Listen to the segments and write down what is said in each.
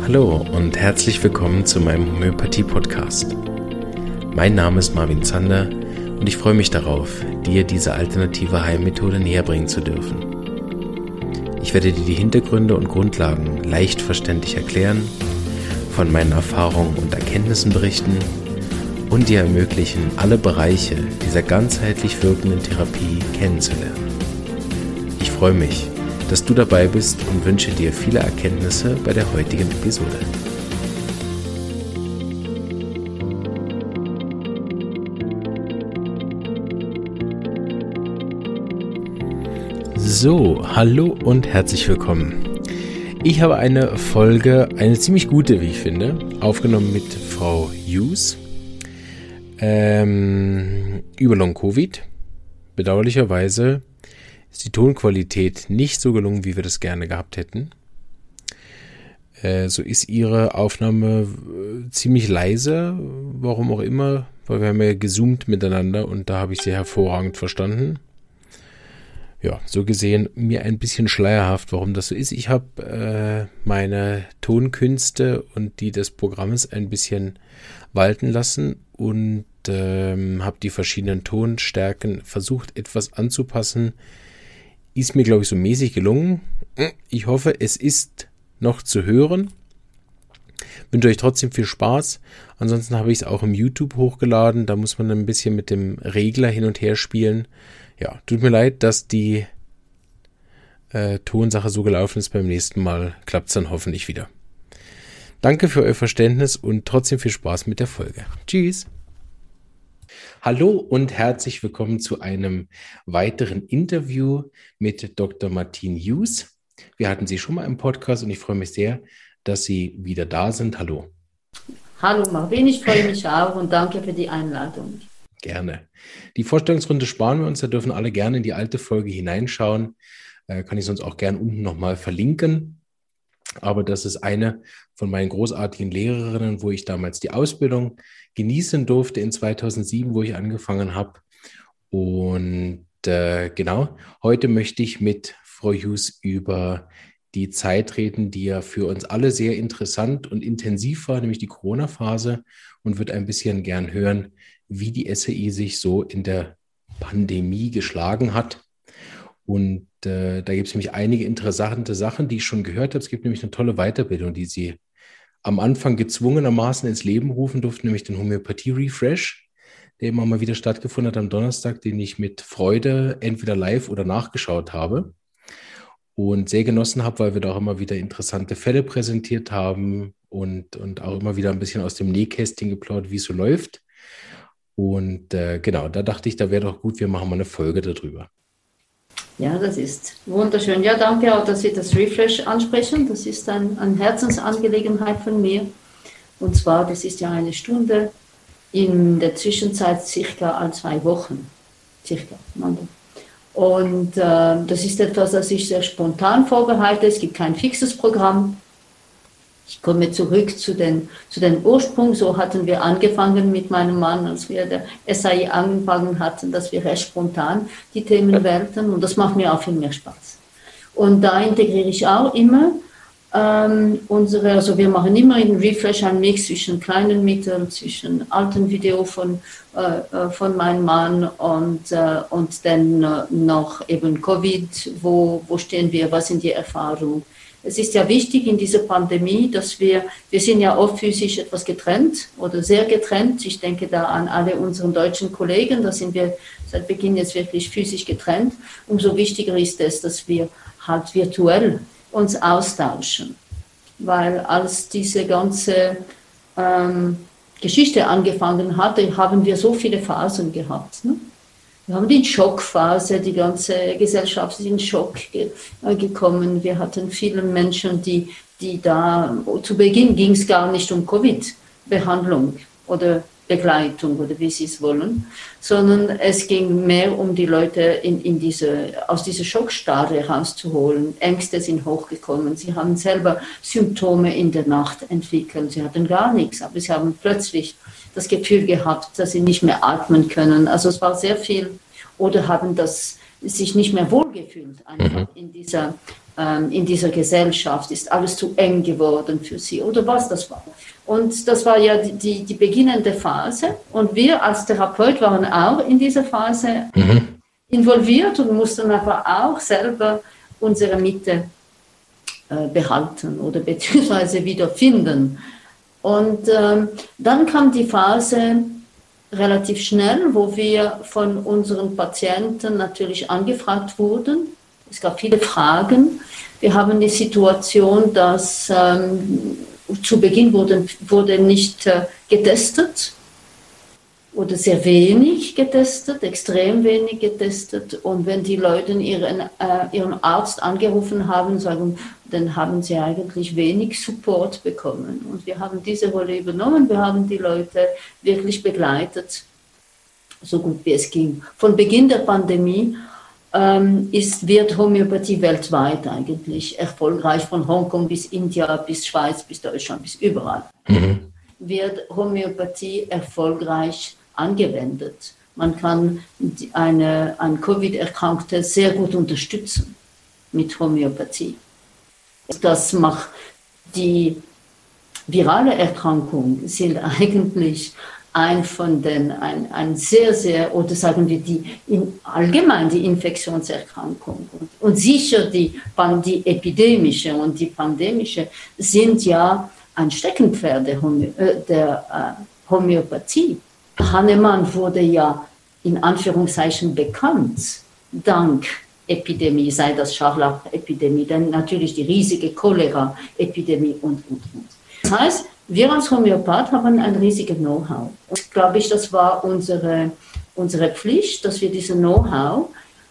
Hallo und herzlich willkommen zu meinem Homöopathie-Podcast. Mein Name ist Marvin Zander und ich freue mich darauf, dir diese alternative Heilmethode näherbringen zu dürfen. Ich werde dir die Hintergründe und Grundlagen leicht verständlich erklären, von meinen Erfahrungen und Erkenntnissen berichten und dir ermöglichen, alle Bereiche dieser ganzheitlich wirkenden Therapie kennenzulernen. Ich freue mich, dass du dabei bist und wünsche dir viele Erkenntnisse bei der heutigen Episode. So, hallo und herzlich willkommen. Ich habe eine ziemlich gute, wie ich finde, aufgenommen mit Frau Hughes über Long-Covid. Bedauerlicherweise ist die Tonqualität nicht so gelungen, wie wir das gerne gehabt hätten. So ist ihre Aufnahme ziemlich leise, warum auch immer, weil wir haben ja gezoomt miteinander und da habe ich sie hervorragend verstanden. Ja, so gesehen mir ein bisschen schleierhaft, warum das so ist. Ich habe meine Tonkünste und die des Programmes ein bisschen walten lassen und habe die verschiedenen Tonstärken versucht etwas anzupassen. Ist mir, glaube ich, so mäßig gelungen. Ich hoffe, es ist noch zu hören. Wünsche euch trotzdem viel Spaß. Ansonsten habe ich es auch im YouTube hochgeladen. Da muss man ein bisschen mit dem Regler hin und her spielen. Ja, tut mir leid, dass die Tonsache so gelaufen ist. Beim nächsten Mal klappt es dann hoffentlich wieder. Danke für euer Verständnis und trotzdem viel Spaß mit der Folge. Tschüss! Hallo und herzlich willkommen zu einem weiteren Interview mit Dr. Martine Hughes. Wir hatten sie schon mal im Podcast und ich freue mich sehr, dass Sie wieder da sind. Hallo. Hallo Marvin, ich freue mich auch und danke für die Einladung. Gerne. Die Vorstellungsrunde sparen wir uns, da dürfen alle gerne in die alte Folge hineinschauen. Kann ich sonst auch gerne unten nochmal verlinken. Aber das ist eine von meinen großartigen Lehrerinnen, wo ich damals die Ausbildung genießen durfte in 2007, wo ich angefangen habe. Und genau, heute möchte ich mit Frau Hughes über die Zeit reden, die ja für uns alle sehr interessant und intensiv war, nämlich die Corona-Phase, und würde ein bisschen gern hören, wie die SAI sich so in der Pandemie geschlagen hat. Und da gibt es nämlich einige interessante Sachen, die ich schon gehört habe. Es gibt nämlich eine tolle Weiterbildung, die Sie am Anfang gezwungenermaßen ins Leben rufen durften, nämlich den Homöopathie-Refresh, der immer mal wieder stattgefunden hat am Donnerstag, den ich mit Freude entweder live oder nachgeschaut habe und sehr genossen habe, weil wir da auch immer wieder interessante Fälle präsentiert haben und auch immer wieder ein bisschen aus dem Nähkästchen geplaudert, wie es so läuft. Und genau, da dachte ich, da wäre doch gut, wir machen mal eine Folge darüber. Ja, das ist wunderschön. Ja, danke auch, dass Sie das Refresh ansprechen. Das ist eine Herzensangelegenheit von mir. Und zwar, das ist ja eine Stunde, in der Zwischenzeit circa 2 Wochen. Circa. Und das ist etwas, das ich sehr spontan vorbereite. Es gibt kein fixes Programm. Ich komme zurück zu den Ursprung. So hatten wir angefangen mit meinem Mann, als wir der SAI angefangen hatten, dass wir recht spontan die Themen wählten. Und das macht mir auch viel mehr Spaß. Und da integriere ich auch immer also wir machen immer in Refresh einen Mix zwischen kleinen Mitteln, zwischen alten Video von meinem Mann und dann noch eben Covid. Wo stehen wir? Was sind die Erfahrungen? Es ist ja wichtig in dieser Pandemie, dass wir sind ja oft physisch etwas getrennt oder sehr getrennt. Ich denke da an alle unseren deutschen Kollegen, da sind wir seit Beginn jetzt wirklich physisch getrennt. Umso wichtiger ist es, dass wir halt virtuell uns austauschen. Weil als diese ganze Geschichte angefangen hat, haben wir so viele Phasen gehabt. Ne? Wir haben die Schockphase, die ganze Gesellschaft ist in Schock gekommen. Wir hatten viele Menschen, die da, zu Beginn ging es gar nicht um Covid-Behandlung oder Begleitung oder wie Sie es wollen, sondern es ging mehr um die Leute aus dieser Schockstarre rauszuholen. Ängste sind hochgekommen. Sie haben selber Symptome in der Nacht entwickelt. Sie hatten gar nichts, aber sie haben plötzlich das Gefühl gehabt, dass sie nicht mehr atmen können. Also es war sehr viel, oder haben sich nicht mehr wohlgefühlt einfach in dieser in dieser Gesellschaft, ist alles zu eng geworden für sie oder was das war. Und das war ja die beginnende Phase und wir als Therapeut waren auch in dieser Phase involviert und mussten aber auch selber unsere Mitte behalten oder beziehungsweise wiederfinden. Und dann kam die Phase relativ schnell, wo wir von unseren Patienten natürlich angefragt wurden. Es gab viele Fragen. Wir haben die Situation, dass zu Beginn wurde nicht getestet oder sehr wenig getestet, extrem wenig getestet. Und wenn die Leute ihren Arzt angerufen haben, dann haben sie eigentlich wenig Support bekommen. Und wir haben diese Rolle übernommen. Wir haben die Leute wirklich begleitet, so gut wie es ging. Von Beginn der Pandemie wird Homöopathie weltweit eigentlich erfolgreich, von Hongkong bis India, bis Schweiz, bis Deutschland, bis überall. Wird Homöopathie erfolgreich angewendet. Man kann ein Covid-Erkrankte sehr gut unterstützen mit Homöopathie. Das macht die virale Erkrankung sind eigentlich ein sehr, sehr, oder sagen wir allgemein die Infektionserkrankung und sicher die epidemische und die pandemische sind ja ein Steckenpferd der Homöopathie. Hahnemann wurde ja in Anführungszeichen bekannt, dank Epidemie, sei das Scharlachepidemie, dann natürlich die riesige Cholera-Epidemie und. Das heißt, wir als Homöopath haben ein riesiges Know-how. Und glaube ich, das war unsere Pflicht, dass wir dieses Know-how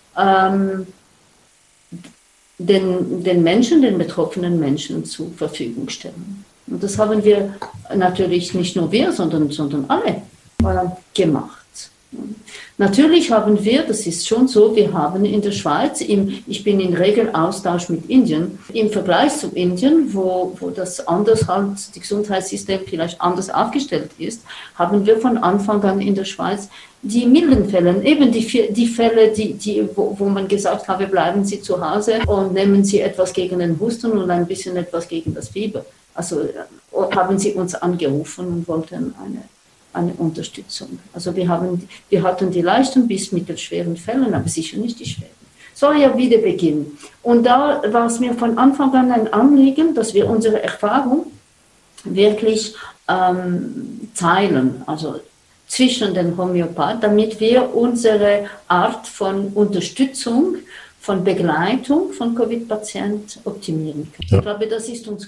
den Menschen, den betroffenen Menschen zur Verfügung stellen. Und das haben wir natürlich nicht nur wir, sondern alle gemacht. Natürlich haben wir, das ist schon so, wir haben in der Schweiz, ich bin in regel Austausch mit Indien, im Vergleich zu Indien, wo das anders halt, das Gesundheitssystem vielleicht anders aufgestellt ist, haben wir von Anfang an in der Schweiz die milden Fälle, eben die Fälle, wo man gesagt habe, bleiben Sie zu Hause und nehmen Sie etwas gegen den Husten und ein bisschen etwas gegen das Fieber. Also haben Sie uns angerufen und wollten eine Unterstützung. Also wir hatten die leichten bis mittelschweren Fälle, aber sicher nicht die schweren. So ja wieder Beginn. Und da war es mir von Anfang an ein Anliegen, dass wir unsere Erfahrung wirklich teilen, also zwischen den Homöopathen, damit wir unsere Art von Unterstützung, von Begleitung von Covid-Patienten optimieren können. Ja. Ich glaube, das ist uns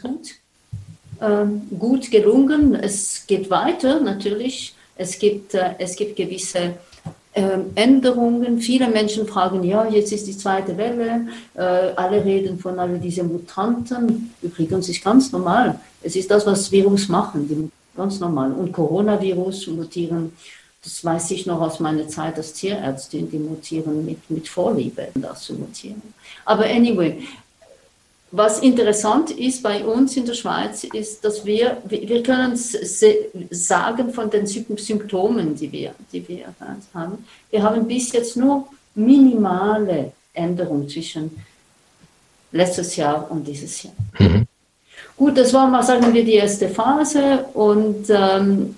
gut gelungen. Es geht weiter natürlich. Es gibt gewisse Änderungen. Viele Menschen fragen, ja, jetzt ist die zweite Welle. Alle reden von all diesen Mutanten. Übrigens ist ganz normal. Es ist das, was Virus machen, ganz normal. Und Coronavirus mutieren, das weiß ich noch aus meiner Zeit als Tierärztin, die mutieren mit Vorliebe, das zu mutieren. Aber anyway, was interessant ist bei uns in der Schweiz, ist, dass wir können sagen von den Symptomen, die wir haben. Wir haben bis jetzt nur minimale Änderungen zwischen letztes Jahr und dieses Jahr. Gut, das war mal, sagen wir, die erste Phase und dann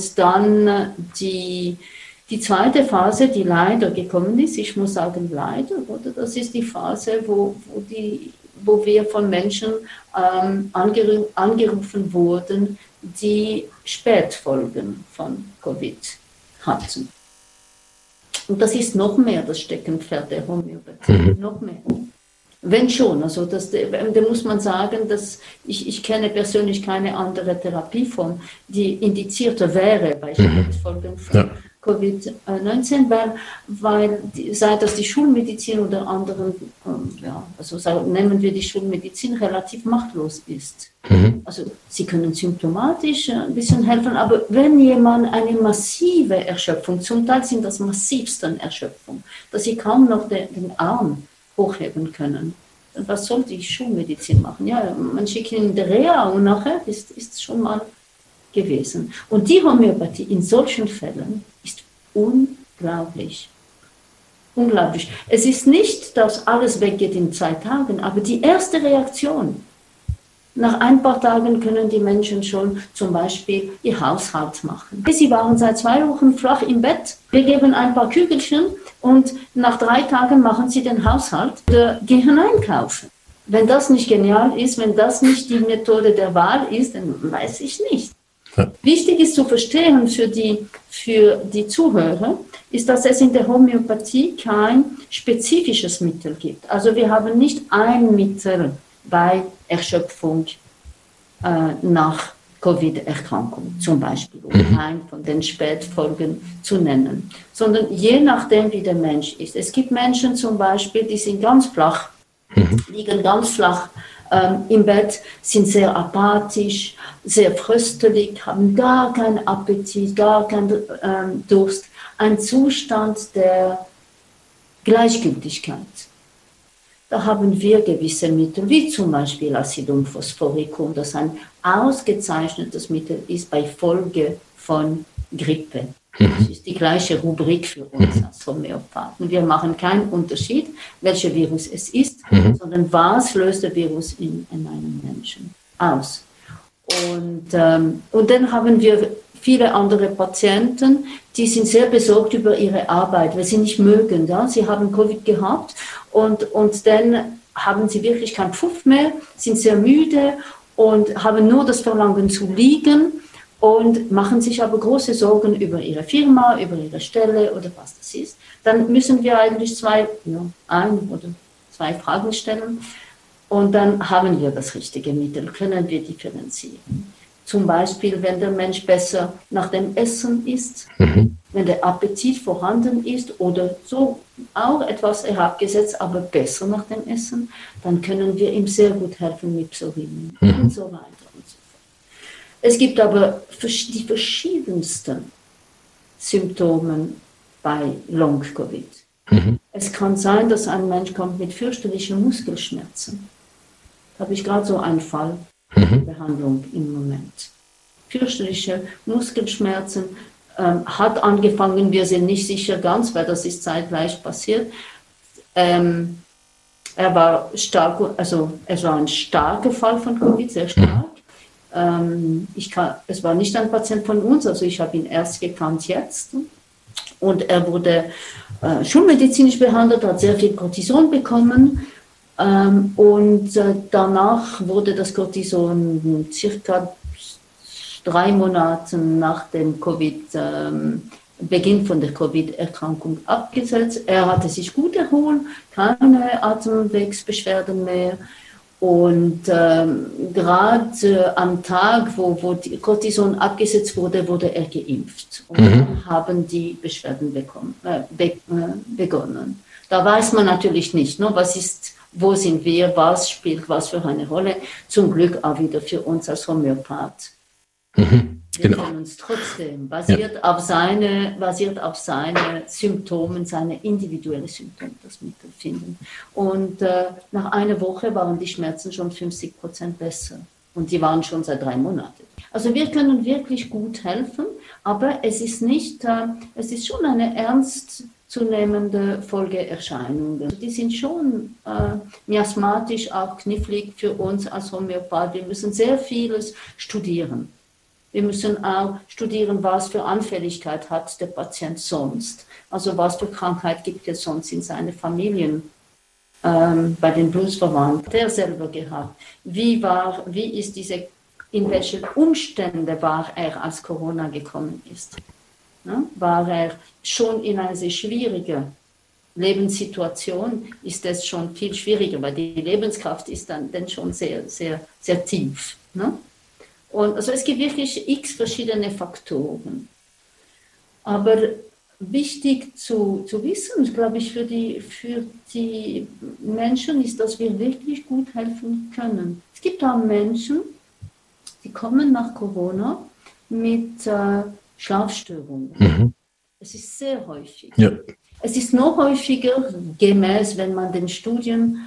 die zweite Phase, die leider gekommen ist. Ich muss sagen leider, oder? Das ist die Phase, wo wir von Menschen angerufen wurden, die Spätfolgen von Covid hatten. Und das ist noch mehr das Steckenpferd der Homöopathie, noch mehr. Wenn schon, also da muss man sagen, dass ich kenne persönlich keine andere Therapieform, die indizierter wäre bei Spätfolgen von Covid-19, weil sei das die Schulmedizin oder anderen, nehmen wir die Schulmedizin, relativ machtlos ist. Also sie können symptomatisch ein bisschen helfen, aber wenn jemand eine massive Erschöpfung, zum Teil sind das massivsten Erschöpfung, dass sie kaum noch den Arm hochheben können, was soll die Schulmedizin machen? Ja, man schickt ihn in die Reha und nachher ist es schon mal gewesen. Und die Homöopathie in solchen Fällen ist unglaublich. unglaublich. Es ist nicht, dass alles weggeht in 2 Tagen, aber die erste Reaktion, nach ein paar Tagen können die Menschen schon zum Beispiel ihr Haushalt machen. Sie waren seit 2 Wochen flach im Bett. Wir geben ein paar Kügelchen und nach 3 Tagen machen sie den Haushalt oder gehen einkaufen. Wenn das nicht genial ist, wenn das nicht die Methode der Wahl ist, dann weiß ich nicht. Ja. Wichtig ist zu verstehen für die Zuhörer, ist, dass es in der Homöopathie kein spezifisches Mittel gibt. Also wir haben nicht ein Mittel bei Erschöpfung nach Covid-Erkrankung zum Beispiel, um einen von den Spätfolgen zu nennen, sondern je nachdem, wie der Mensch ist. Es gibt Menschen zum Beispiel, die sind ganz flach, liegen ganz flach im Bett, sind sehr apathisch, sehr fröstelig, haben gar keinen Appetit, gar keinen Durst. Ein Zustand der Gleichgültigkeit. Da haben wir gewisse Mittel, wie zum Beispiel Acidum phosphoricum, das ein ausgezeichnetes Mittel ist bei Folge von Grippe. Das ist die gleiche Rubrik für uns als Homöopathen. Wir machen keinen Unterschied, welcher Virus es ist, sondern was löst der Virus in einem Menschen aus. Und dann haben wir viele andere Patienten, die sind sehr besorgt über ihre Arbeit, weil sie nicht mögen. Ja? Sie haben Covid gehabt und dann haben sie wirklich keinen Pfuff mehr, sind sehr müde und haben nur das Verlangen zu liegen und machen sich aber große Sorgen über ihre Firma, über ihre Stelle oder was das ist. Dann müssen wir eigentlich ein oder zwei Fragen stellen und dann haben wir das richtige Mittel, können wir differenzieren. Zum Beispiel, wenn der Mensch besser nach dem Essen isst, wenn der Appetit vorhanden ist oder so auch etwas herabgesetzt, aber besser nach dem Essen, dann können wir ihm sehr gut helfen mit Psoriasis und so weiter und so fort. Es gibt aber die verschiedensten Symptome bei Long-Covid. Es kann sein, dass ein Mensch kommt mit fürchterlichen Muskelschmerzen. Da habe ich gerade so einen Fall. Behandlung im Moment. Fürchterliche Muskelschmerzen hat angefangen, wir sind nicht sicher ganz, weil das ist zeitgleich passiert. Er war ein starker Fall von Covid, sehr stark. Es war nicht ein Patient von uns, also ich habe ihn erst gekannt jetzt. Und er wurde schulmedizinisch behandelt, hat sehr viel Cortison bekommen. Und danach wurde das Cortison circa 3 Monate nach dem Beginn von der Covid-Erkrankung abgesetzt. Er hatte sich gut erholt, keine Atemwegsbeschwerden mehr. Und gerade am Tag, wo die Cortison abgesetzt wurde, wurde er geimpft. Und dann haben die Beschwerden begonnen. Da weiß man natürlich nicht, wo sind wir, was spielt was für eine Rolle. Zum Glück auch wieder für uns als Homöopath. Wir können uns trotzdem, basiert auf seine Symptome, seine individuellen Symptome, das Mittel finden. Und nach einer Woche waren die Schmerzen schon 50% besser. Und die waren schon seit 3 Monaten. Also wir können wirklich gut helfen, aber es ist schon eine ernstzunehmende Folgeerscheinungen. Die sind schon miasmatisch, auch knifflig für uns als Homöopath. Wir müssen sehr vieles studieren. Wir müssen auch studieren, was für Anfälligkeit hat der Patient sonst. Also was für Krankheit gibt es sonst in seinen Familien, bei den Blutsverwandten, der selber gehabt. In welche Umstände war er, als Corona gekommen ist? Ja? War er schon in einer sehr schwierigen Lebenssituation, ist es schon viel schwieriger, weil die Lebenskraft ist dann schon sehr, sehr, sehr tief. Ne? Und also es gibt wirklich x verschiedene Faktoren. Aber wichtig zu wissen, glaube ich, für die Menschen ist, dass wir wirklich gut helfen können. Es gibt auch Menschen, die kommen nach Corona mit Schlafstörungen. Es ist sehr häufig. Ja. Es ist noch häufiger, gemäß, wenn man den Studien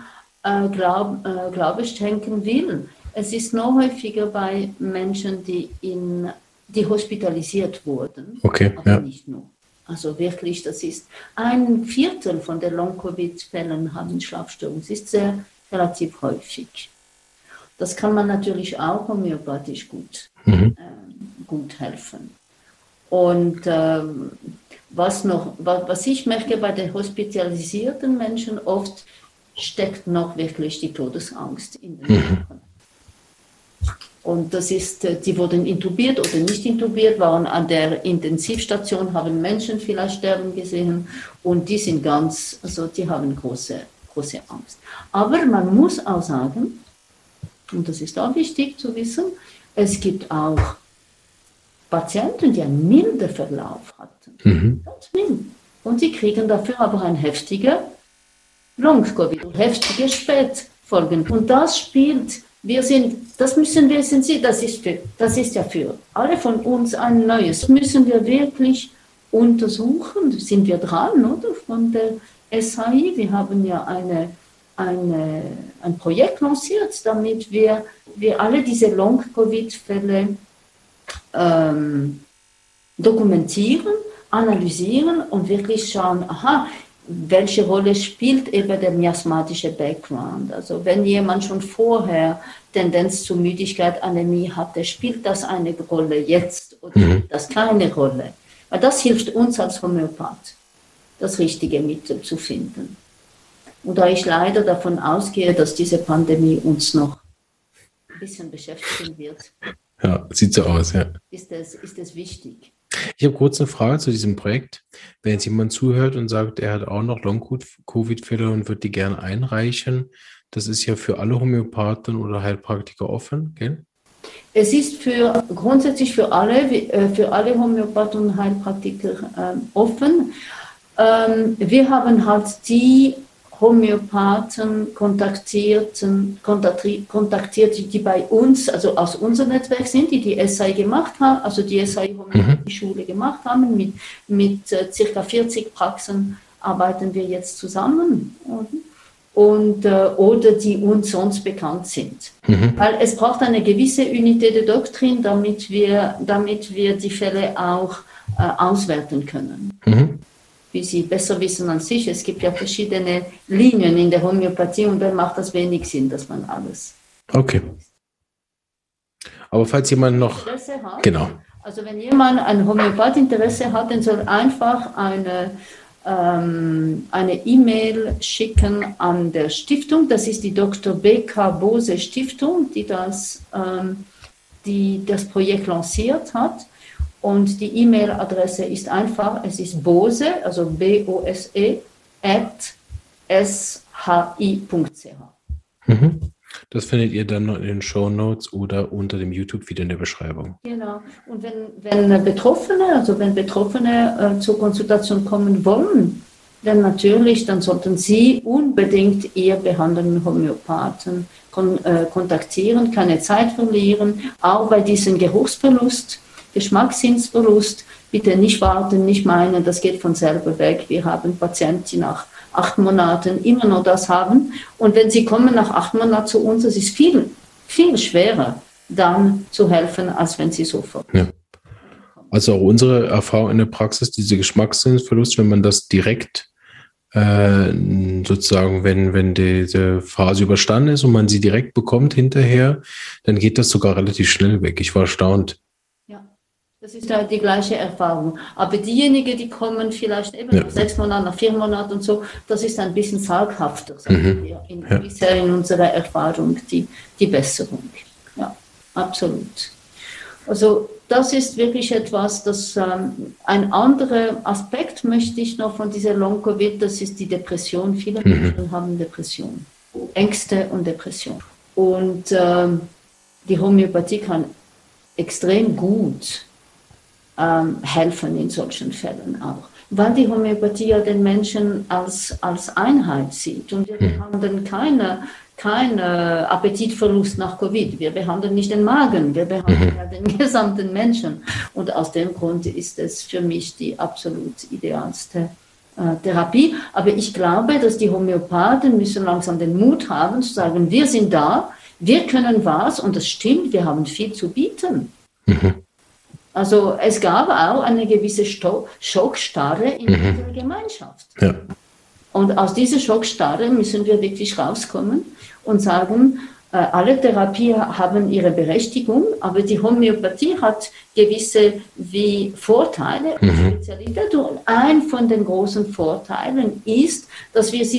Glaube schenken will. Es ist noch häufiger bei Menschen, die hospitalisiert wurden, aber nicht nur. Also wirklich, das ist 1/4 von den Long-Covid-Fällen haben Schlafstörungen. Das ist sehr relativ häufig. Das kann man natürlich auch homöopathisch gut helfen. Und was ich merke bei den hospitalisierten Menschen, oft steckt noch wirklich die Todesangst in den Knochen. Und das ist, die wurden intubiert oder nicht intubiert, waren an der Intensivstation, haben Menschen vielleicht sterben gesehen und die sind die haben große Angst. Aber man muss auch sagen, und das ist auch wichtig zu wissen, es gibt auch Patienten, die einen milden Verlauf hatten. Ganz mild. Und die kriegen dafür aber ein heftiger Long-Covid, heftige Spätfolgen. Und das spielt, das ist ja für alle von uns ein neues. Das müssen wir wirklich untersuchen. Sind wir dran, oder? Von der SHI. Wir haben ja ein Projekt lanciert, damit wir alle diese Long-Covid-Fälle dokumentieren, analysieren und wirklich schauen, welche Rolle spielt eben der miasmatische Background? Also wenn jemand schon vorher Tendenz zu Müdigkeit, Anämie hatte, spielt das eine Rolle jetzt oder spielt das keine Rolle? Weil das hilft uns als Homöopath, das richtige Mittel zu finden. Und da ich leider davon ausgehe, dass diese Pandemie uns noch ein bisschen beschäftigen wird, ja, sieht so aus, ja. Ist es wichtig. Ich habe kurz eine Frage zu diesem Projekt. Wenn jetzt jemand zuhört und sagt, er hat auch noch Long-Covid-Fälle und wird die gerne einreichen, das ist ja für alle Homöopathen oder Heilpraktiker offen, gell? Es ist grundsätzlich für alle Homöopathen und Heilpraktiker offen. Wir haben halt die Homöopathen kontaktiert, die bei uns, also aus unserem Netzwerk sind, die SI gemacht haben, also die SI-Homöopathie-Schule gemacht haben. Mit ca. 40 Praxen arbeiten wir jetzt zusammen oder die uns sonst bekannt sind. Weil es braucht eine gewisse Unité de Doctrine, damit wir die Fälle auch auswerten können. Wie Sie besser wissen als ich, es gibt ja verschiedene Linien in der Homöopathie und dann macht das wenig Sinn, dass man alles. Okay. Aber falls jemand noch Interesse hat, genau. Also wenn jemand ein Homöopath-Interesse hat, dann soll einfach eine E-Mail schicken an der Stiftung. Das ist die Dr. B.K. Bose Stiftung, die das Projekt lanciert hat. Und die E-Mail-Adresse ist einfach, es ist Bose, also BOSE, @shi.ch. Das findet ihr dann noch in den Shownotes oder unter dem YouTube-Video in der Beschreibung. Genau. Und wenn Betroffene zur Konsultation kommen wollen, dann sollten sie unbedingt ihr behandelnden Homöopathen kontaktieren, keine Zeit verlieren, auch bei diesem Geruchsverlust, Geschmackssinnsverlust, bitte nicht warten, nicht meinen, das geht von selber weg. Wir haben Patienten, die nach 8 Monaten immer noch das haben. Und wenn sie kommen nach 8 Monaten zu uns, es ist viel, viel schwerer, dann zu helfen, als wenn sie sofort. Ja. Also auch unsere Erfahrung in der Praxis, diese Geschmackssinnsverlust, wenn man das direkt sozusagen, wenn diese Phase überstanden ist und man sie direkt bekommt hinterher, dann geht das sogar relativ schnell weg. Ich war erstaunt. Das ist halt die gleiche Erfahrung. Aber diejenigen, die kommen vielleicht eben nach 6 Monaten, nach 4 Monaten und so, das ist ein bisschen zaghafter, sagen wir, bisher in unserer Erfahrung, die Besserung. Ja, absolut. Also das ist wirklich etwas, ein anderer Aspekt möchte ich noch von dieser Long-Covid, das ist die Depression. Viele Menschen haben Depression, Ängste und Depression. Und die Homöopathie kann extrem gut helfen in solchen Fällen auch. Weil die Homöopathie ja den Menschen als Einheit sieht. Und wir behandeln keinen Appetitverlust nach Covid. Wir behandeln nicht den Magen, wir behandeln ja den gesamten Menschen. Und aus dem Grund ist es für mich die absolut idealste Therapie. Aber ich glaube, dass die Homöopathen müssen langsam den Mut haben, zu sagen, wir sind da, wir können was, und das stimmt, wir haben viel zu bieten. Also es gab auch eine gewisse Schockstarre in unserer Gemeinschaft. Ja. Und aus dieser Schockstarre müssen wir wirklich rauskommen und sagen, alle Therapien haben ihre Berechtigung, aber die Homöopathie hat gewisse wie Vorteile und Spezialität. Und ein von den großen Vorteilen ist, dass wir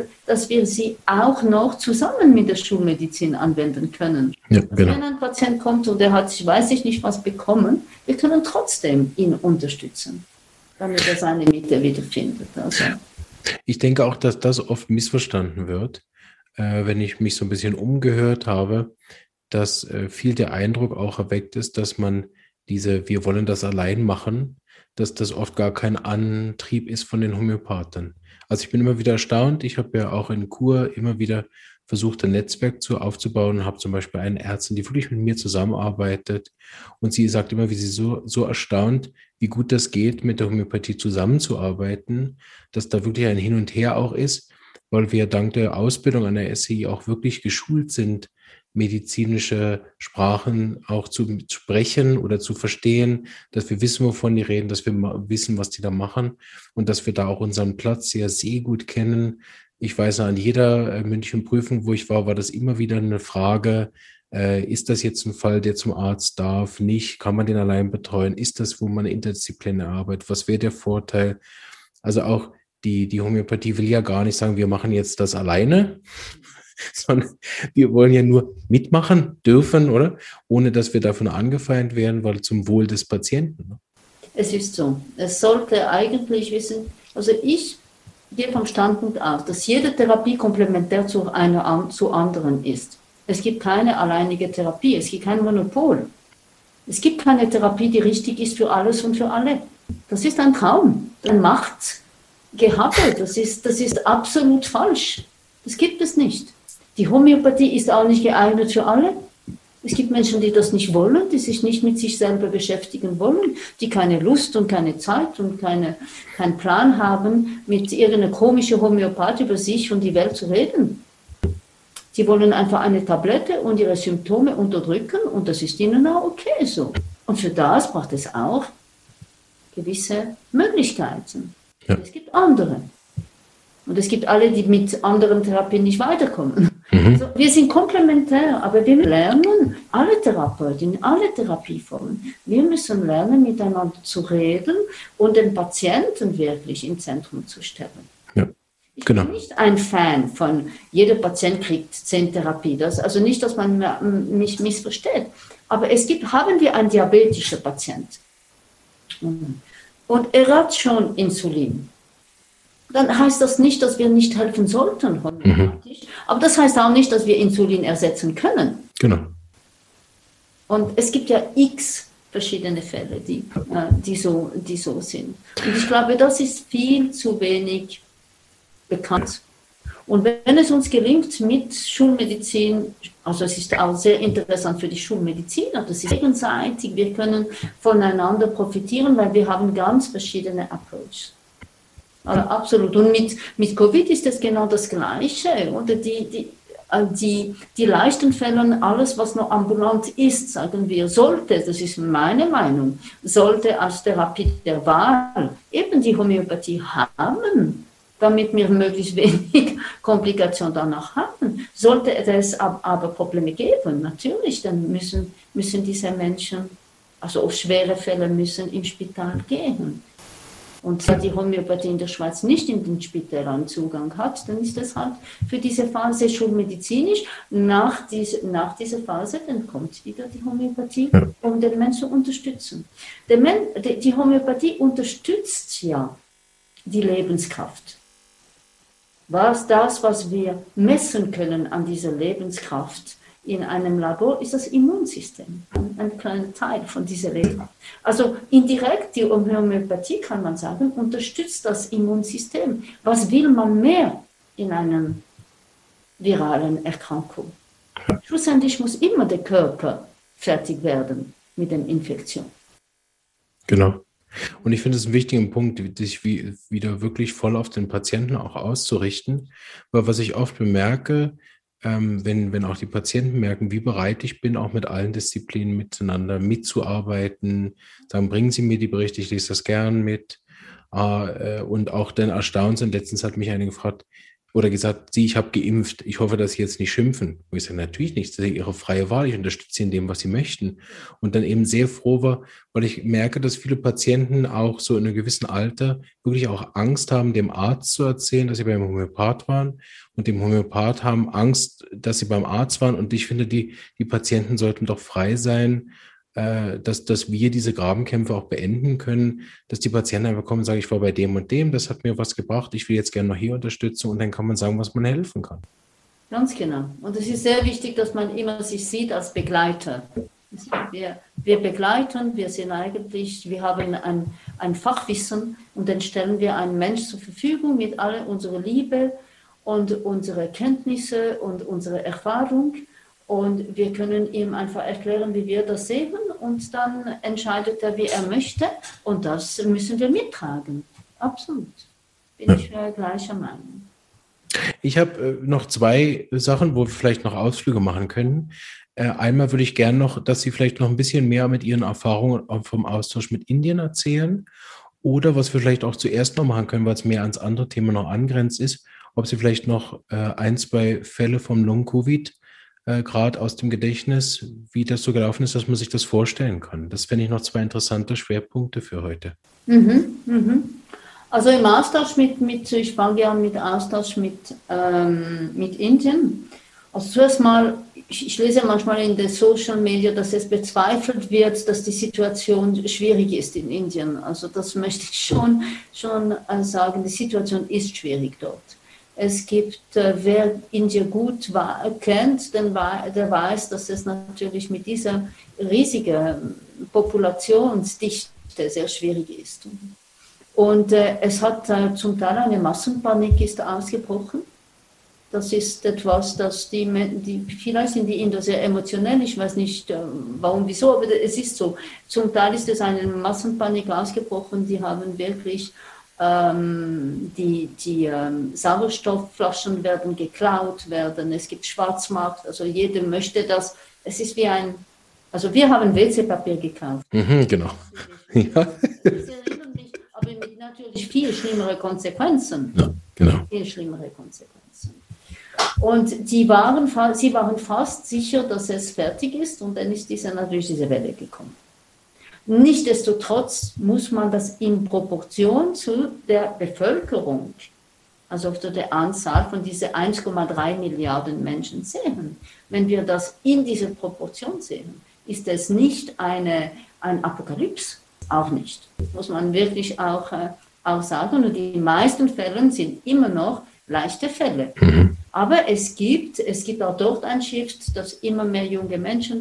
sie auch noch zusammen mit der Schulmedizin anwenden können. Ja, also genau. wenn ein Patient kommt und er hat, ich weiß nicht was bekommen, wir können trotzdem ihn unterstützen, damit er seine Mitte wiederfindet. Also. Ich denke auch, dass das oft missverstanden wird, wenn ich mich so ein bisschen umgehört habe, dass viel der Eindruck auch erweckt ist, dass man wir wollen das allein machen, dass das oft gar kein Antrieb ist von den Homöopathen. Also ich bin immer wieder erstaunt. Ich habe ja auch in Chur immer wieder versucht, ein Netzwerk aufzubauen, habe zum Beispiel eine Ärztin, die wirklich mit mir zusammenarbeitet, und sie sagt immer, wie sie so erstaunt, wie gut das geht, mit der Homöopathie zusammenzuarbeiten, dass da wirklich ein Hin und Her auch ist, weil wir dank der Ausbildung an der SCI auch wirklich geschult sind, medizinische Sprachen auch zu sprechen oder zu verstehen, dass wir wissen, wovon die reden, dass wir wissen, was die da machen, und dass wir da auch unseren Platz sehr, sehr gut kennen. Ich weiß, an jeder mündlichen Prüfung, wo ich war das immer wieder eine Frage: Ist das jetzt ein Fall, der zum Arzt darf, nicht? Kann man den allein betreuen? Ist das, wo man interdisziplinär arbeitet? Was wäre der Vorteil? Also auch die Homöopathie will ja gar nicht sagen, wir machen jetzt das alleine, sondern wir wollen ja nur mitmachen dürfen, oder? Ohne dass wir davon angefeindet werden, weil zum Wohl des Patienten. Es ist so. Es sollte eigentlich wissen, also ich gehe vom Standpunkt aus, dass jede Therapie komplementär zu anderen ist. Es gibt keine alleinige Therapie, es gibt kein Monopol. Es gibt keine Therapie, die richtig ist für alles und für alle. Das ist ein Traum, ein Machtgehabe, das ist absolut falsch. Das gibt es nicht. Die Homöopathie ist auch nicht geeignet für alle. Es gibt Menschen, die das nicht wollen, die sich nicht mit sich selber beschäftigen wollen, die keine Lust und keine Zeit und keinen Plan haben, mit irgendeiner komischen Homöopath über sich und die Welt zu reden. Sie wollen einfach eine Tablette und ihre Symptome unterdrücken, und das ist ihnen auch okay so. Und für das braucht es auch gewisse Möglichkeiten. Ja. Es gibt andere. Und es gibt alle, die mit anderen Therapien nicht weiterkommen. Also wir sind komplementär, aber wir lernen, alle Therapeuten, alle Therapieformen, wir müssen lernen, miteinander zu reden und den Patienten wirklich im Zentrum zu stellen. Ja, genau. Ich bin nicht ein Fan von, jeder Patient kriegt 10 Therapien. Also nicht, dass man mich missversteht. Aber haben wir einen diabetischen Patient und er hat schon Insulin. Dann heißt das nicht, dass wir nicht helfen sollten, homöopathisch. Aber das heißt auch nicht, dass wir Insulin ersetzen können. Genau. Und es gibt ja x verschiedene Fälle, die so sind. Und ich glaube, das ist viel zu wenig bekannt. Und wenn es uns gelingt mit Schulmedizin, also es ist auch sehr interessant für die Schulmediziner, das ist gegenseitig, wir können voneinander profitieren, weil wir haben ganz verschiedene Approaches. Also absolut. Und mit Covid ist es genau das Gleiche. Oder die leichten Fälle, alles, was noch ambulant ist, sagen wir, sollte, das ist meine Meinung, sollte als Therapie der Wahl eben die Homöopathie haben, damit wir möglichst wenig Komplikationen danach haben. Sollte es aber Probleme geben, natürlich, dann müssen diese Menschen, also auf schwere Fälle, müssen im Spital gehen. Und da die Homöopathie in der Schweiz nicht in den Spitälern Zugang hat, dann ist das halt für diese Phase schulmedizinisch. Nach dieser Phase, dann kommt wieder die Homöopathie, um den Menschen zu unterstützen. Die Homöopathie unterstützt ja die Lebenskraft. Was wir messen können an dieser Lebenskraft in einem Labor, ist das Immunsystem, ein kleiner Teil von dieser Lebenskraft. Also indirekt, die Homöopathie, kann man sagen, unterstützt das Immunsystem. Was will man mehr in einer viralen Erkrankung? Schlussendlich muss immer der Körper fertig werden mit der Infektion. Genau. Und ich finde es einen wichtigen Punkt, sich wieder wirklich voll auf den Patienten auch auszurichten, weil was ich oft bemerke, wenn auch die Patienten merken, wie bereit ich bin, auch mit allen Disziplinen miteinander mitzuarbeiten, sagen, bringen Sie mir die Berichte, ich lese das gern mit. Und auch dann erstaunt sind. Letztens hat mich eine gefragt oder gesagt, Sie, ich habe geimpft, ich hoffe, dass Sie jetzt nicht schimpfen. Und ich sage, natürlich nicht, das ist Ihre freie Wahl, ich unterstütze Sie in dem, was Sie möchten. Und dann eben sehr froh war, weil ich merke, dass viele Patienten auch so in einem gewissen Alter wirklich auch Angst haben, dem Arzt zu erzählen, dass sie beim Homöopath waren, und dem Homöopath haben Angst, dass sie beim Arzt waren. Und ich finde, die Patienten sollten doch frei sein, dass wir diese Grabenkämpfe auch beenden können, dass die Patienten einfach kommen und sagen, ich war bei dem und dem, das hat mir was gebracht, ich will jetzt gerne noch hier Unterstützung, und dann kann man sagen, was man helfen kann. Ganz genau. Und es ist sehr wichtig, dass man immer sich sieht als Begleiter. Wir begleiten, wir haben ein Fachwissen, und dann stellen wir einen Mensch zur Verfügung mit all unserer Liebe und unsere Kenntnisse und unsere Erfahrung. Und wir können ihm einfach erklären, wie wir das sehen, und dann entscheidet er, wie er möchte, und das müssen wir mittragen. Absolut. Bin ich gleicher Meinung. Ich habe noch zwei Sachen, wo wir vielleicht noch Ausflüge machen können. Einmal würde ich gerne noch, dass Sie vielleicht noch ein bisschen mehr mit Ihren Erfahrungen vom Austausch mit Indien erzählen. Oder was wir vielleicht auch zuerst noch machen können, weil es mehr ans andere Thema noch angrenzt ist, ob Sie vielleicht noch ein, zwei Fälle vom Long-Covid gerade aus dem Gedächtnis, wie das so gelaufen ist, dass man sich das vorstellen kann. Das fände ich noch zwei interessante Schwerpunkte für heute. Also im Austausch ich fange ja mit Austausch mit Indien. Also zuerst mal, ich lese manchmal in den Social Media, dass es bezweifelt wird, dass die Situation schwierig ist in Indien. Also das möchte ich schon sagen, die Situation ist schwierig dort. Es gibt, wer Indien gut kennt, der weiß, dass es natürlich mit dieser riesigen Populationsdichte sehr schwierig ist. Und es hat zum Teil eine Massenpanik ist ausgebrochen. Das ist etwas, das vielleicht sind die Inder sehr emotionell, ich weiß nicht warum, wieso, aber es ist so. Zum Teil ist es eine Massenpanik ausgebrochen, die haben wirklich die Sauerstoffflaschen werden geklaut, es gibt Schwarzmarkt, also jeder möchte das. Es ist wie also wir haben WC-Papier gekauft. Genau. Ja. Sie erinnern mich, aber mit natürlich viel schlimmere Konsequenzen. Ja, genau. Viel schlimmere Konsequenzen. Und sie waren fast sicher, dass es fertig ist, und dann ist natürlich diese Welle gekommen. Nichtsdestotrotz muss man das in Proportion zu der Bevölkerung, also zu der Anzahl von diesen 1,3 Milliarden Menschen sehen. Wenn wir das in dieser Proportion sehen, ist es nicht ein Apokalypse, auch nicht. Das muss man wirklich auch sagen. Und die meisten Fälle sind immer noch leichte Fälle. Aber es gibt auch dort ein Shift, dass immer mehr junge Menschen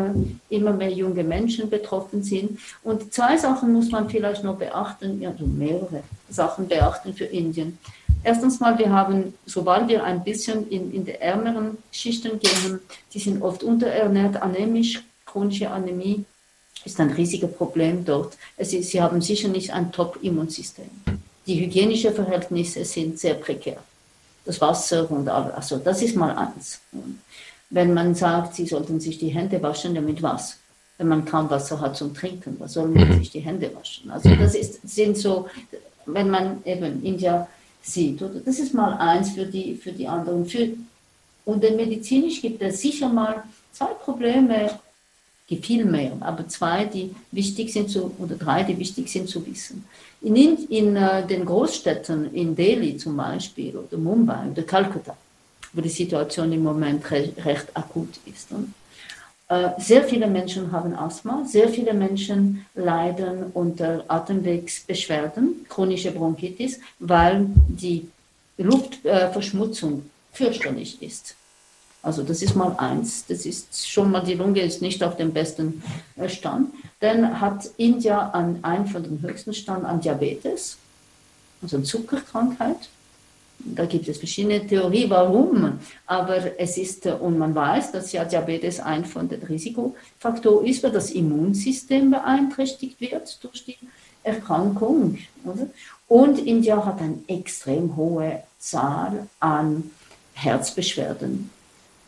betroffen sind. Und zwei Sachen muss man vielleicht noch beachten, also mehrere Sachen beachten für Indien. Erstens mal, sobald wir ein bisschen in die ärmeren Schichten gehen, die sind oft unterernährt, anämisch, chronische Anämie ist ein riesiges Problem dort. Sie haben sicher nicht ein Top-Immunsystem. Die hygienischen Verhältnisse sind sehr prekär. Das Wasser und alles, also das ist mal eins. Wenn man sagt, sie sollten sich die Hände waschen, damit was? Wenn man kaum Wasser hat zum Trinken, was soll man sich die Hände waschen? Also das sind so, wenn man eben India sieht, oder? Das ist mal eins für die anderen. Und medizinisch gibt es sicher mal zwei Probleme, gibt viel mehr, aber zwei, die wichtig sind oder drei, die wichtig sind zu wissen. In den Großstädten, in Delhi zum Beispiel, oder Mumbai oder Kalkutta, wo die Situation im Moment recht akut ist. Sehr viele Menschen haben Asthma, sehr viele Menschen leiden unter Atemwegsbeschwerden, chronische Bronchitis, weil die Luftverschmutzung fürchterlich ist. Also das ist mal eins, das ist schon mal, die Lunge ist nicht auf dem besten Stand. Dann hat India einen von den höchsten Stand an Diabetes, also eine Zuckerkrankheit. Da gibt es verschiedene Theorien, warum, aber es ist, und man weiß, dass ja Diabetes ein von den Risikofaktoren ist, weil das Immunsystem beeinträchtigt wird durch die Erkrankung. Oder? Und India hat eine extrem hohe Zahl an Herzbeschwerden.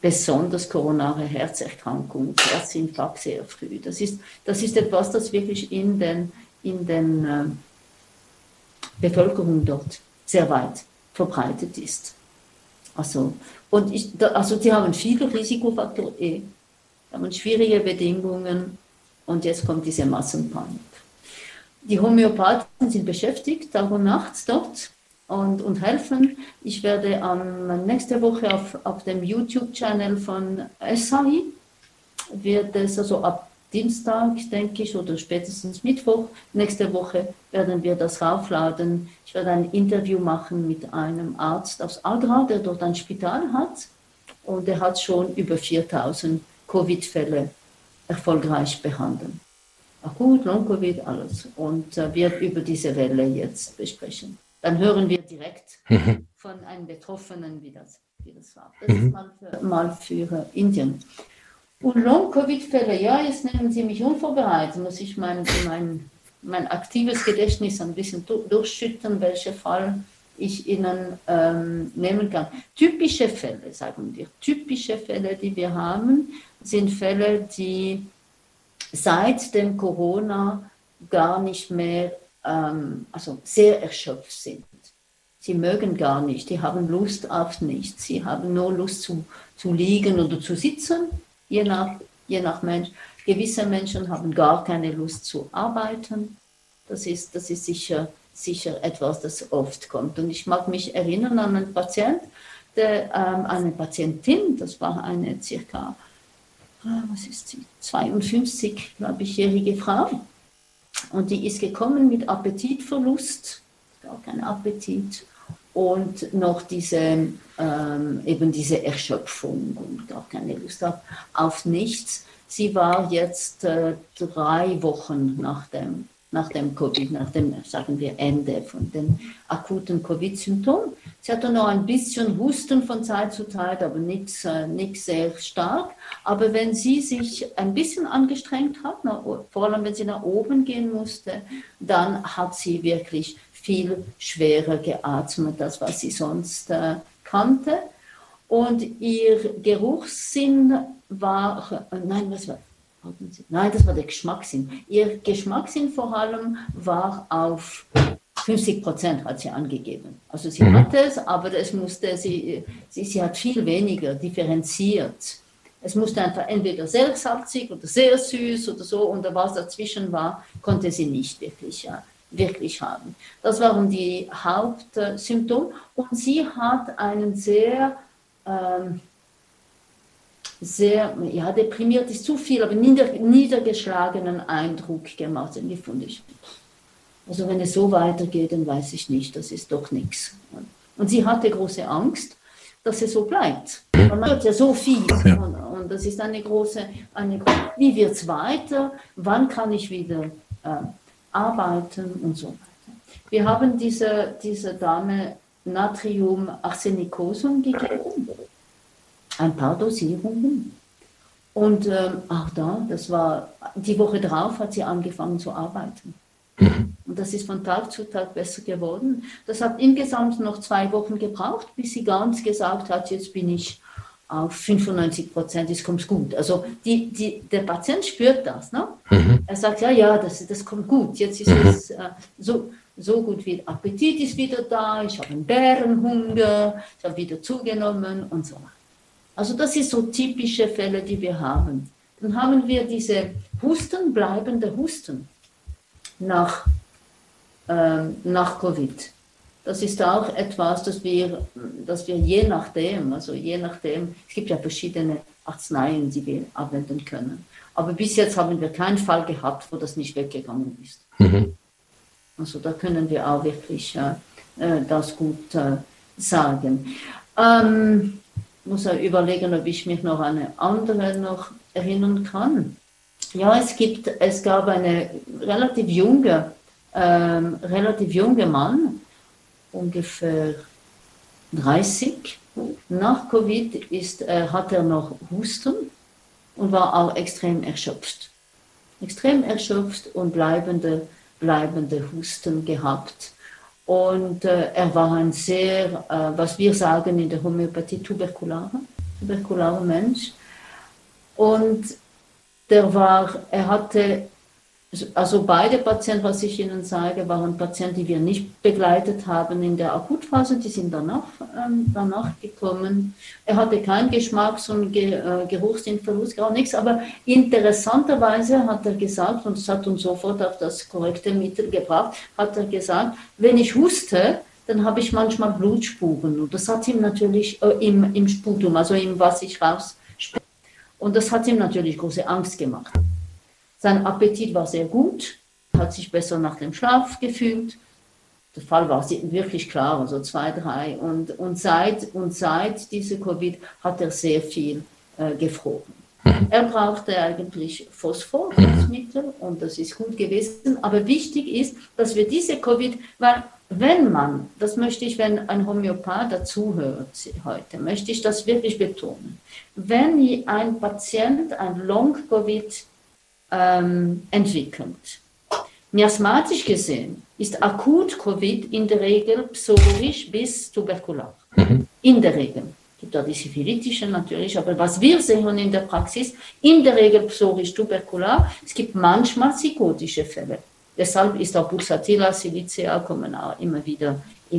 besonders koronare Herzerkrankungen, Herzinfarkt sehr früh. Das ist etwas, das wirklich in den Bevölkerung dort sehr weit verbreitet ist. Also die haben viele Risikofaktoren, haben schwierige Bedingungen und jetzt kommt diese Massenpanik. Die Homöopathen sind beschäftigt, Tag und Nacht dort und helfen. Ich werde nächste Woche auf dem YouTube-Channel von SAI, wird es also ab Dienstag, denke ich, oder spätestens Mittwoch, nächste Woche werden wir das raufladen. Ich werde ein Interview machen mit einem Arzt aus Agra, der dort ein Spital hat. Und er hat schon über 4000 Covid-Fälle erfolgreich behandelt. Akut, Long-Covid, alles. Und wird über diese Welle jetzt besprechen. Dann hören wir direkt von einem Betroffenen, wie das war. Das ist mal für Indien. Und Long-Covid-Fälle, ja, jetzt nehmen Sie mich unvorbereitet, muss ich mein aktives Gedächtnis ein bisschen durchschütten, welchen Fall ich Ihnen nehmen kann. Typische Fälle, sagen wir, typische Fälle, die wir haben, sind Fälle, die seit dem Corona gar nicht mehr, also sehr erschöpft sind. Sie mögen gar nicht, die haben Lust auf nichts, sie haben nur Lust zu liegen oder zu sitzen. Je nach Mensch. Gewisse Menschen haben gar keine Lust zu arbeiten. Das ist sicher etwas, das oft kommt. Und ich mag mich erinnern an einen eine Patientin, das war eine circa, 52, glaube ich, jährige Frau. Und die ist gekommen mit Appetitverlust, gar kein Appetit. Und noch eben diese Erschöpfung und gar keine Lust auf nichts. Sie war jetzt 3 Wochen nach dem Covid, sagen wir, Ende von den akuten Covid-Symptomen. Sie hatte noch ein bisschen Husten von Zeit zu Zeit, aber nichts sehr stark. Aber wenn sie sich ein bisschen angestrengt hat, vor allem wenn sie nach oben gehen musste, dann hat sie wirklich viel schwerer geatmet, als was sie sonst kannte. Und ihr Geruchssinn war, das war der Geschmackssinn. Ihr Geschmackssinn vor allem war auf 50%, hat sie angegeben. Also sie hatte es, aber sie hat viel weniger differenziert. Es musste einfach entweder sehr salzig oder sehr süß oder so, und was dazwischen war, konnte sie nicht wirklich haben. Das waren die Hauptsymptome, und sie hat einen sehr deprimiert ist zu viel, aber niedergeschlagenen Eindruck gemacht, finde ich. Also wenn es so weitergeht, dann weiß ich nicht, das ist doch nichts. Und sie hatte große Angst, dass es so bleibt. Man hört ja so viel, und das ist eine große, wie wird es weiter, wann kann ich wieder arbeiten und so weiter. Wir haben dieser Dame Natrium-Arsenicosum gegeben, ein paar Dosierungen, und auch das war, die Woche drauf hat sie angefangen zu arbeiten. Und das ist von Tag zu Tag besser geworden. Das hat insgesamt noch 2 Wochen gebraucht, bis sie ganz gesagt hat, jetzt bin ich auf 95%, es kommt gut. Also der Patient spürt das. Ne? Er sagt, ja, das kommt gut. Jetzt ist es so gut wie Appetit ist wieder da, ich habe einen Bärenhunger, ich habe wieder zugenommen und so weiter. Also das sind so typische Fälle, die wir haben. Dann haben wir diese bleibende Husten nach Covid. Das ist auch etwas, das wir je nachdem, es gibt ja verschiedene Arzneien, die wir anwenden können. Aber bis jetzt haben wir keinen Fall gehabt, wo das nicht weggegangen ist. Also da können wir auch wirklich das gut sagen. Muss auch überlegen, ob ich mich noch an eine andere noch erinnern kann. Ja, es gab eine relativ junge Mann, ungefähr 30. Nach Covid hat er noch Husten und war auch extrem erschöpft. Extrem erschöpft und bleibende Husten gehabt. Und er war ein sehr, was wir sagen in der Homöopathie, tuberkulare. tuberkularer Mensch. Und er hatte, also beide Patienten, was ich Ihnen sage, waren Patienten, die wir nicht begleitet haben in der Akutphase, die sind danach gekommen. Er hatte keinen Geschmacks- und Geruchssinnverlust, gar nichts, aber interessanterweise hat er gesagt, und das hat uns sofort auf das korrekte Mittel gebracht, hat er gesagt, wenn ich huste, dann habe ich manchmal Blutspuren. Und das hat ihm natürlich im Sputum, also im was ich raus. Und das hat ihm natürlich große Angst gemacht. Sein Appetit war sehr gut, hat sich besser nach dem Schlaf gefühlt. Der Fall war wirklich klar, also 2, 3. Und seit dieser Covid hat er sehr viel gefroren. Er brauchte eigentlich Phosphor-Mittel und das ist gut gewesen. Aber wichtig ist, dass wir diese Covid, weil wenn man, das möchte ich, wenn ein Homöopath dazuhört heute, möchte ich das wirklich betonen. Wenn ein Patient ein Long-Covid entwickelt, miasmatisch gesehen, ist Akut-Covid in der Regel psorisch bis tuberkular. In der Regel. Es gibt auch die syphilitische natürlich, aber was wir sehen in der Praxis, in der Regel psorisch-tuberkular. Es gibt manchmal psychotische Fälle. Deshalb ist auch Pulsatilla, Silicea kommen auch immer wieder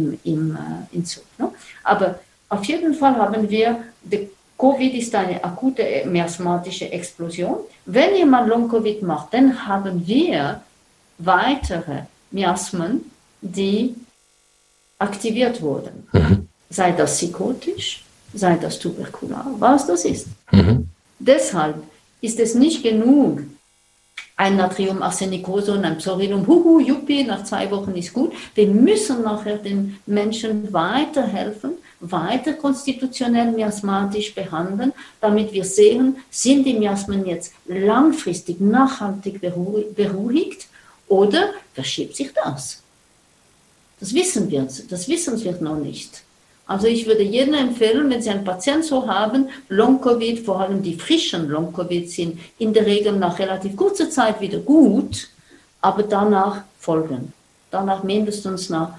hinzu. Ne? Aber auf jeden Fall haben wir, Covid ist eine akute miasmatische Explosion. Wenn jemand Long-Covid macht, dann haben wir weitere Miasmen, die aktiviert wurden. Sei das psychotisch, sei das tuberkular, was das ist. Deshalb ist es nicht genug, ein Natriumarsenikose und ein Psoridum, juppie, nach 2 Wochen ist gut. Wir müssen nachher den Menschen weiterhelfen, weiter konstitutionell miasmatisch behandeln, damit wir sehen, sind die Miasmen jetzt langfristig, nachhaltig beruhigt oder verschiebt sich das? Das wissen wir noch nicht. Also ich würde jedem empfehlen, wenn Sie einen Patienten so haben, Long-Covid, vor allem die frischen Long-Covid sind in der Regel nach relativ kurzer Zeit wieder gut, aber danach folgen. Danach mindestens nach,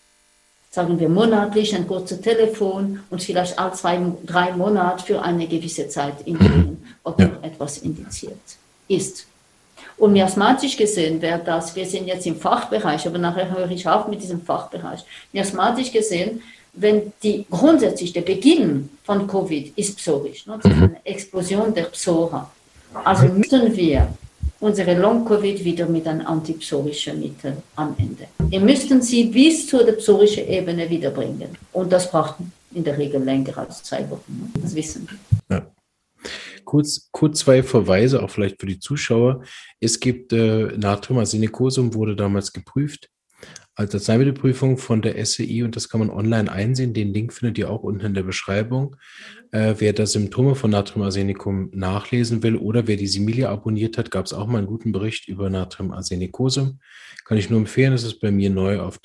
sagen wir monatlich, ein kurzes Telefon und vielleicht alle 2, 3 Monate für eine gewisse Zeit indizieren, ob noch etwas indiziert ist. Und miasmatisch gesehen wäre das, wir sind jetzt im Fachbereich, aber nachher höre ich auf mit diesem Fachbereich, miasmatisch gesehen, wenn grundsätzlich der Beginn von Covid ist psorisch, ne? Das ist eine Explosion der Psora. Also müssen wir unsere Long-Covid wieder mit einem antipsorischen Mittel am Ende. Wir müssten sie bis zur psorischen Ebene wiederbringen. Und das braucht in der Regel länger als 2 Wochen. Ne? Das wissen wir. Ja. Kurz 2 Verweise, auch vielleicht für die Zuschauer. Es gibt Natriumarsenikosum, wurde damals geprüft als Arzneimittelprüfung von der SCI und das kann man online einsehen. Den Link findet ihr auch unten in der Beschreibung. Wer da Symptome von Natriumarsenicum nachlesen will oder wer die Similia abonniert hat, gab es auch mal einen guten Bericht über Natriumarsenikosum. Kann ich nur empfehlen, das ist bei mir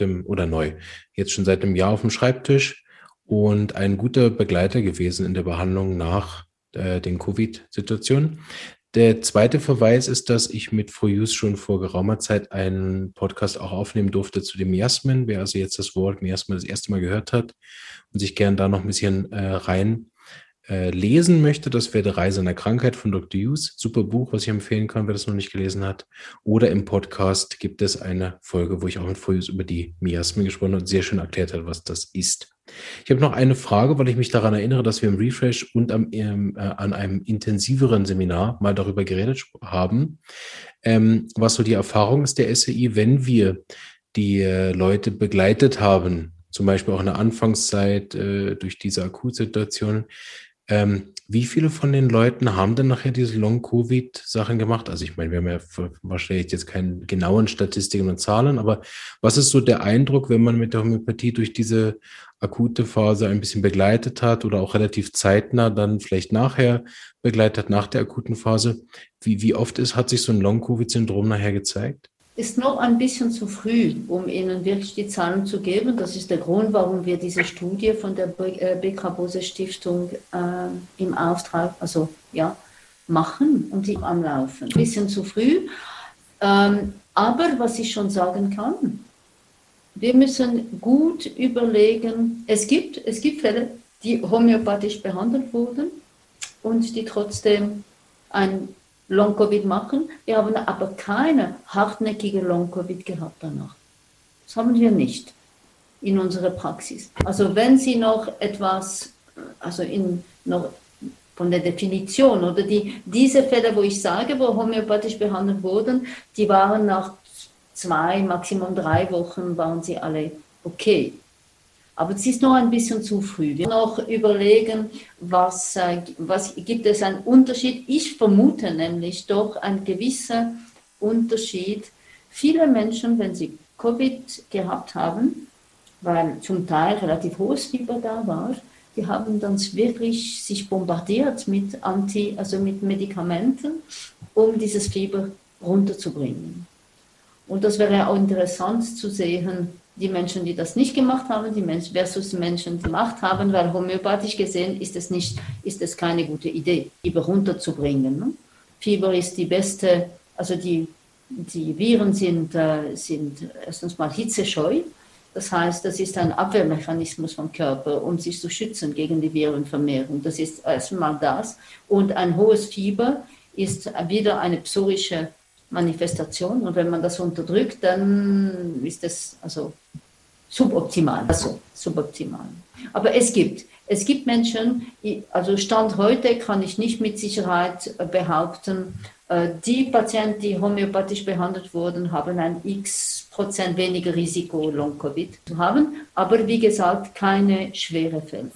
jetzt schon seit einem Jahr auf dem Schreibtisch und ein guter Begleiter gewesen in der Behandlung nach den Covid-Situationen. Der zweite Verweis ist, dass ich mit Froyus schon vor geraumer Zeit einen Podcast auch aufnehmen durfte zu dem Miasmen. Wer also jetzt das Wort Miasmen das erste Mal gehört hat und sich gern da noch ein bisschen rein lesen möchte, das wäre Die Reise einer Krankheit von Dr. Hughes. Super Buch, was ich empfehlen kann, wer das noch nicht gelesen hat. Oder im Podcast gibt es eine Folge, wo ich auch mit Froyus über die Miasmen gesprochen habe und sehr schön erklärt hat, was das ist. Ich habe noch eine Frage, weil ich mich daran erinnere, dass wir im Refresh und an einem intensiveren Seminar mal darüber geredet haben, was so die Erfahrung ist der SCI, wenn wir die Leute begleitet haben, zum Beispiel auch in der Anfangszeit durch diese Akutsituation. Wie viele von den Leuten haben denn nachher diese Long-Covid-Sachen gemacht? Also ich meine, wir haben ja wahrscheinlich jetzt keine genauen Statistiken und Zahlen, aber was ist so der Eindruck, wenn man mit der Homöopathie durch diese akute Phase ein bisschen begleitet hat oder auch relativ zeitnah dann vielleicht nachher begleitet hat, nach der akuten Phase? Wie oft hat sich so ein Long-Covid-Syndrom nachher gezeigt? Ist noch ein bisschen zu früh, um Ihnen wirklich die Zahlen zu geben. Das ist der Grund, warum wir diese Studie von der Beck-Rabose-Stiftung im Auftrag machen und die am Laufen. Ein bisschen zu früh. Aber was ich schon sagen kann, wir müssen gut überlegen, es gibt Fälle, die homöopathisch behandelt wurden und die trotzdem ein Long-Covid machen. Wir haben aber keine hartnäckige Long-Covid gehabt danach. Das haben wir nicht in unserer Praxis. Also wenn Sie noch etwas, also noch von der Definition oder diese Fälle, wo ich sage, wo homöopathisch behandelt wurden, die waren nach 2, Maximum 3 Wochen, waren sie alle okay. Aber es ist noch ein bisschen zu früh. Wir noch überlegen, was gibt es einen Unterschied? Ich vermute nämlich doch einen gewissen Unterschied. Viele Menschen, wenn sie Covid gehabt haben, weil zum Teil relativ hohes Fieber da war, die haben dann wirklich sich bombardiert mit mit Medikamenten, um dieses Fieber runterzubringen. Und das wäre auch interessant zu sehen, die Menschen, die das nicht gemacht haben, die Menschen versus die Menschen, die gemacht haben, weil homöopathisch gesehen ist es keine gute Idee, Fieber runterzubringen. Ne? Fieber ist die beste, also die Viren sind erstens mal hitzescheu, das heißt, das ist ein Abwehrmechanismus vom Körper, um sich zu schützen gegen die Virenvermehrung. Das ist erstmal das. Und ein hohes Fieber ist wieder eine psorische Manifestation und wenn man das unterdrückt, dann ist das also suboptimal. Aber es gibt Menschen, also Stand heute kann ich nicht mit Sicherheit behaupten, die Patienten, die homöopathisch behandelt wurden, haben ein X% weniger Risiko, Long-Covid zu haben, aber wie gesagt, keine schweren Fälle.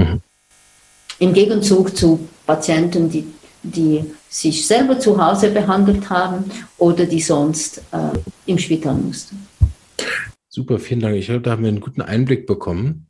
Im Gegenzug zu Patienten, die sich selber zu Hause behandelt haben oder die sonst im Spital mussten. Super, vielen Dank. Ich glaube, da haben wir einen guten Einblick bekommen.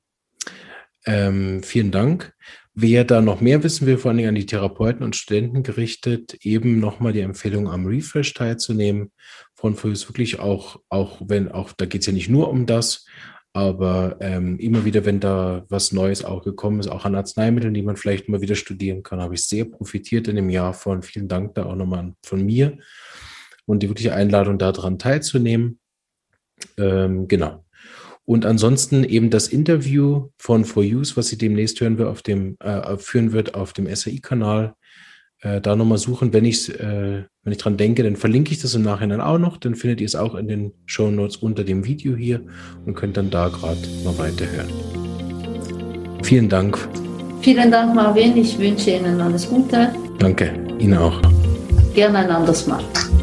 Vielen Dank. Wer da noch mehr wissen will, vor allem an die Therapeuten und Studenten gerichtet, eben nochmal die Empfehlung, am Refresh teilzunehmen. Von ist wirklich auch da geht es ja nicht nur um das, aber immer wieder, wenn da was Neues auch gekommen ist, auch an Arzneimitteln, die man vielleicht mal wieder studieren kann, habe ich sehr profitiert in dem Jahr von. Vielen Dank da auch nochmal von mir und die wirkliche Einladung, daran teilzunehmen. Genau. Und ansonsten eben das Interview von For Use, was sie demnächst führen wird auf dem SAI-Kanal. Da nochmal suchen, wenn ich dran denke, dann verlinke ich das im Nachhinein auch noch. Dann findet ihr es auch in den Shownotes unter dem Video hier und könnt dann da gerade noch weiterhören. Vielen Dank. Vielen Dank, Marvin. Ich wünsche Ihnen alles Gute. Danke, Ihnen auch. Gerne ein anderes Mal.